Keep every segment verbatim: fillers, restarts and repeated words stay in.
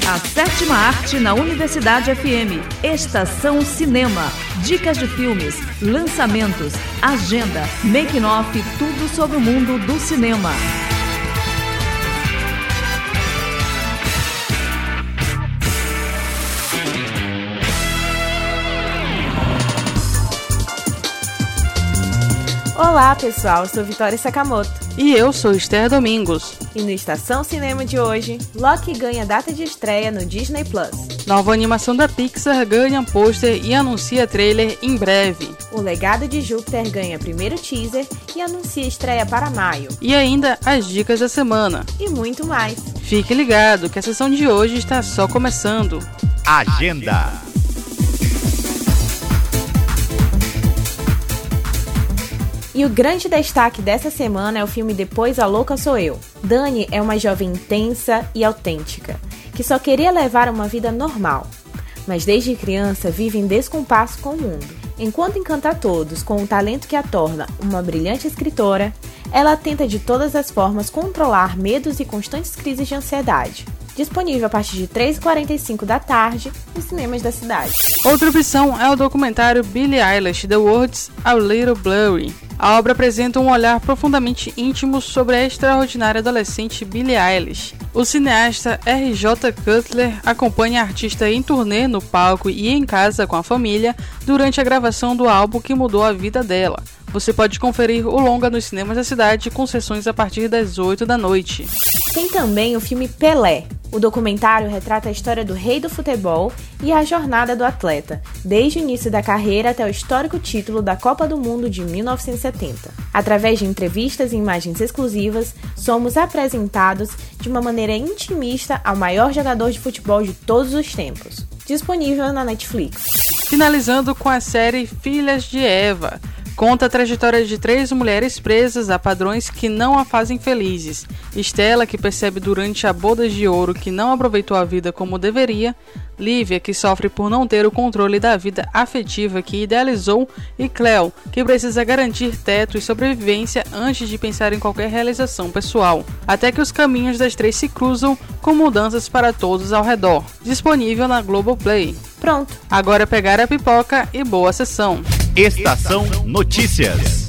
A sétima arte na Universidade F M. Estação Cinema. Dicas de filmes, lançamentos, agenda, making-off, tudo sobre o mundo do cinema. Olá pessoal, eu sou Vitória Sakamoto. E eu sou Esther Domingos. E no Estação Cinema de hoje, Loki ganha data de estreia no Disney Plus. Nova animação da Pixar ganha pôster e anuncia trailer em breve. O Legado de Júpiter ganha primeiro teaser e anuncia estreia para maio. E ainda as dicas da semana. E muito mais. Fique ligado que a sessão de hoje está só começando. Agenda. E o grande destaque dessa semana é o filme Depois a Louca Sou Eu. Dani é uma jovem intensa e autêntica, que só queria levar uma vida normal, mas desde criança vive em descompasso com o mundo. Enquanto encanta a todos com o talento que a torna uma brilhante escritora, ela tenta de todas as formas controlar medos e constantes crises de ansiedade. Disponível a partir de três e quarenta e cinco da tarde nos cinemas da cidade. Outra opção é o documentário Billie Eilish, The World's a Little Blurry. A obra apresenta um olhar profundamente íntimo sobre a extraordinária adolescente Billie Eilish. O cineasta R J Cutler acompanha a artista em turnê no palco e em casa com a família durante a gravação do álbum que mudou a vida dela. Você pode conferir o longa nos cinemas da cidade com sessões a partir das oito da noite. Tem também o filme Pelé. O documentário retrata a história do rei do futebol e a jornada do atleta, desde o início da carreira até o histórico título da Copa do Mundo de mil novecentos e setenta. Através de entrevistas e imagens exclusivas, somos apresentados de uma maneira intimista ao maior jogador de futebol de todos os tempos. Disponível na Netflix. Finalizando com a série Filhas de Eva. Conta a trajetória de três mulheres presas a padrões que não a fazem felizes. Estela, que percebe durante a boda de ouro que não aproveitou a vida como deveria. Lívia, que sofre por não ter o controle da vida afetiva que idealizou. E Cleo, que precisa garantir teto e sobrevivência antes de pensar em qualquer realização pessoal. Até que os caminhos das três se cruzam com mudanças para todos ao redor. Disponível na Globoplay. Pronto. Agora pegar a pipoca e boa sessão. Estação Notícias.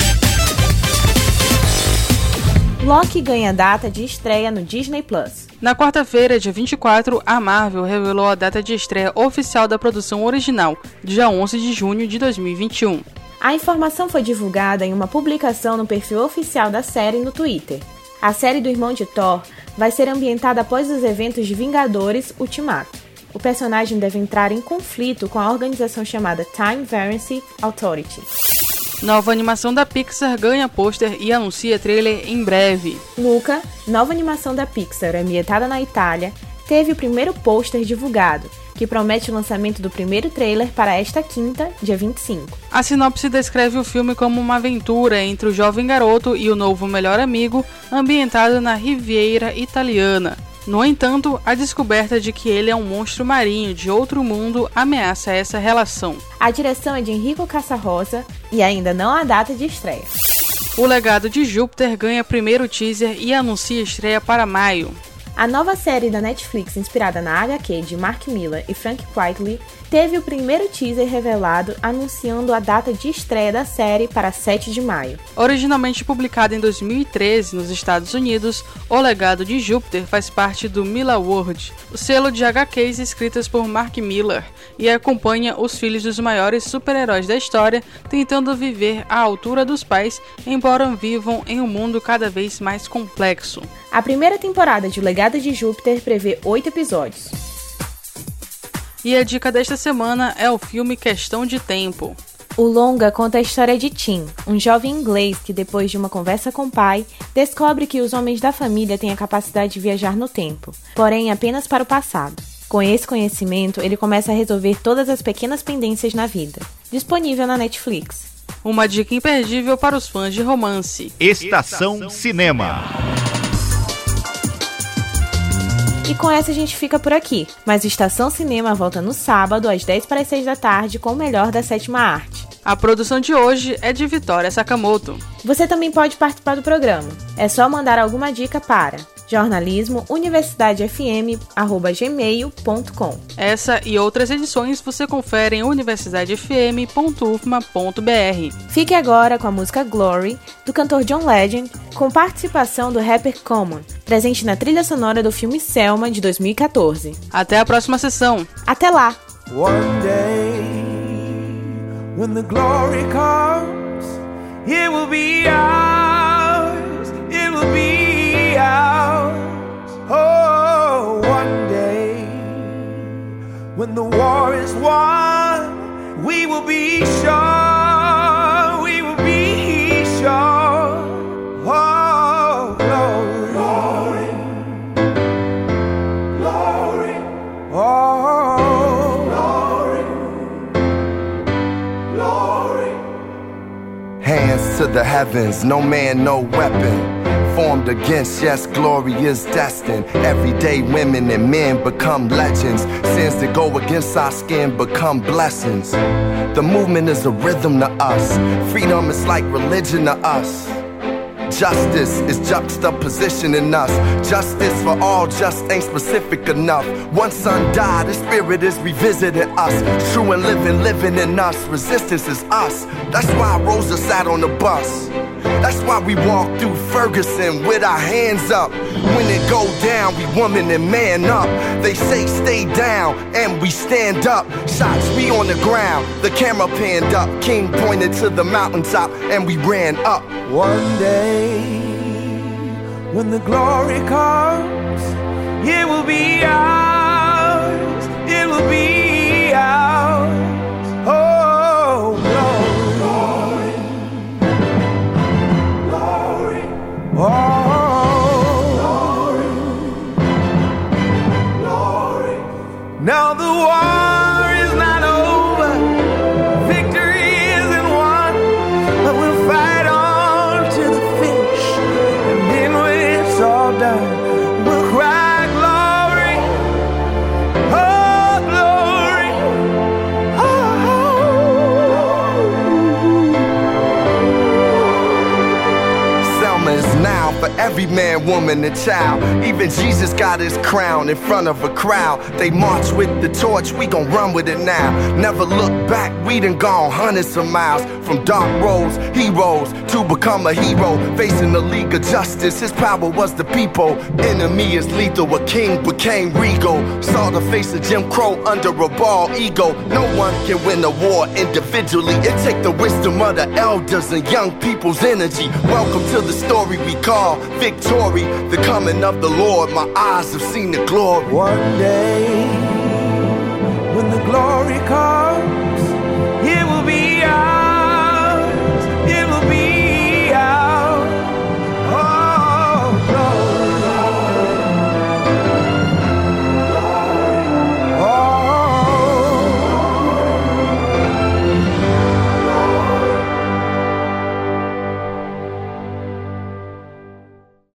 Loki ganha data de estreia no Disney Plus. Na quarta-feira, dia vinte e quatro, a Marvel revelou a data de estreia oficial da produção original, dia onze de junho de dois mil e vinte e um. A informação foi divulgada em uma publicação no perfil oficial da série no Twitter. A série do irmão de Thor vai ser ambientada após os eventos de Vingadores Ultimato. O personagem deve entrar em conflito com a organização chamada Time Variance Authority. Nova animação da Pixar ganha pôster e anuncia trailer em breve. Luca, nova animação da Pixar ambientada na Itália, teve o primeiro pôster divulgado, que promete o lançamento do primeiro trailer para esta quinta, dia vinte e cinco. A sinopse descreve o filme como uma aventura entre o jovem garoto e o novo melhor amigo, ambientado na Riviera italiana. No entanto, a descoberta de que ele é um monstro marinho de outro mundo ameaça essa relação. A direção é de Enrico Casarosa e ainda não há data de estreia. O Legado de Júpiter ganha primeiro teaser e anuncia estreia para maio. A nova série da Netflix, inspirada na H Q de Mark Millar e Frank Quitely, teve o primeiro teaser revelado anunciando a data de estreia da série para sete de maio. Originalmente publicada em dois mil e treze nos Estados Unidos, O Legado de Júpiter faz parte do Millar World, o selo de H Qs escritas por Mark Millar, e acompanha os filhos dos maiores super-heróis da história tentando viver à altura dos pais, embora vivam em um mundo cada vez mais complexo. A primeira temporada de O Legado de Júpiter prevê oito episódios. E a dica desta semana é o filme Questão de Tempo. O longa conta a história de Tim, um jovem inglês que, depois de uma conversa com o pai, descobre que os homens da família têm a capacidade de viajar no tempo, porém apenas para o passado. Com esse conhecimento, ele começa a resolver todas as pequenas pendências na vida. Disponível na Netflix. Uma dica imperdível para os fãs de romance. Estação Cinema. E com essa a gente fica por aqui, mas o Estação Cinema volta no sábado, às dez para as seis da tarde, com o melhor da sétima arte. A produção de hoje é de Vitória Sakamoto. Você também pode participar do programa. É só mandar alguma dica para jornalismo universidade f m arroba gmail ponto com. Essa e outras edições você confere em universidade f m ponto u f m a ponto b r. Fique agora com a música Glory, do cantor John Legend, com participação do rapper Common, presente na trilha sonora do filme Selma, de dois mil e catorze. Até a próxima sessão. Até lá! One day, when the glory comes, it will be ours, it will be ours. Oh, one day, when the war is won, we will be sure, we will be sure. Oh, glory, glory, glory. Oh, glory, glory. Hands to the heavens, no man, no weapon formed against, yes, glory is destined. Everyday women and men become legends. Sins that go against our skin become blessings. The movement is a rhythm to us. Freedom is like religion to us. Justice is juxtaposition in us. Justice for all just ain't specific enough. One son died, his spirit is revisiting us. True and living, living in us. Resistance is us. That's why Rosa sat on the bus. That's why we walk through Ferguson with our hands up. When it go down, we woman and man up. They say stay down, and we stand up. Shots we on the ground, the camera panned up. King pointed to the mountaintop, and we ran up. One day, when the glory comes, it will be ours, it will be ours. Oh, glory, glory, glory. Oh, glory, glory. Now the war is not over, victory isn't won, but we'll fight on to the finish, and then when it's all done, we'll cry glory, oh glory, oh. Selma is now for every man, woman, and child. Even Jesus got his crown in front of a crowd. They march with the torch, we gon' run with it now. Never look back, we done gone hundreds of miles. From dark roads, heroes, to become a hero. Facing the League of Justice, his power was the people. Enemy is lethal, a king became regal. Saw the face of Jim Crow under a bald ego. No one can win a war individually. It take the wisdom of the elders and young people's energy. Welcome to the story we call victory. The coming of the Lord, my eyes have seen the glory. One day, when the glory comes,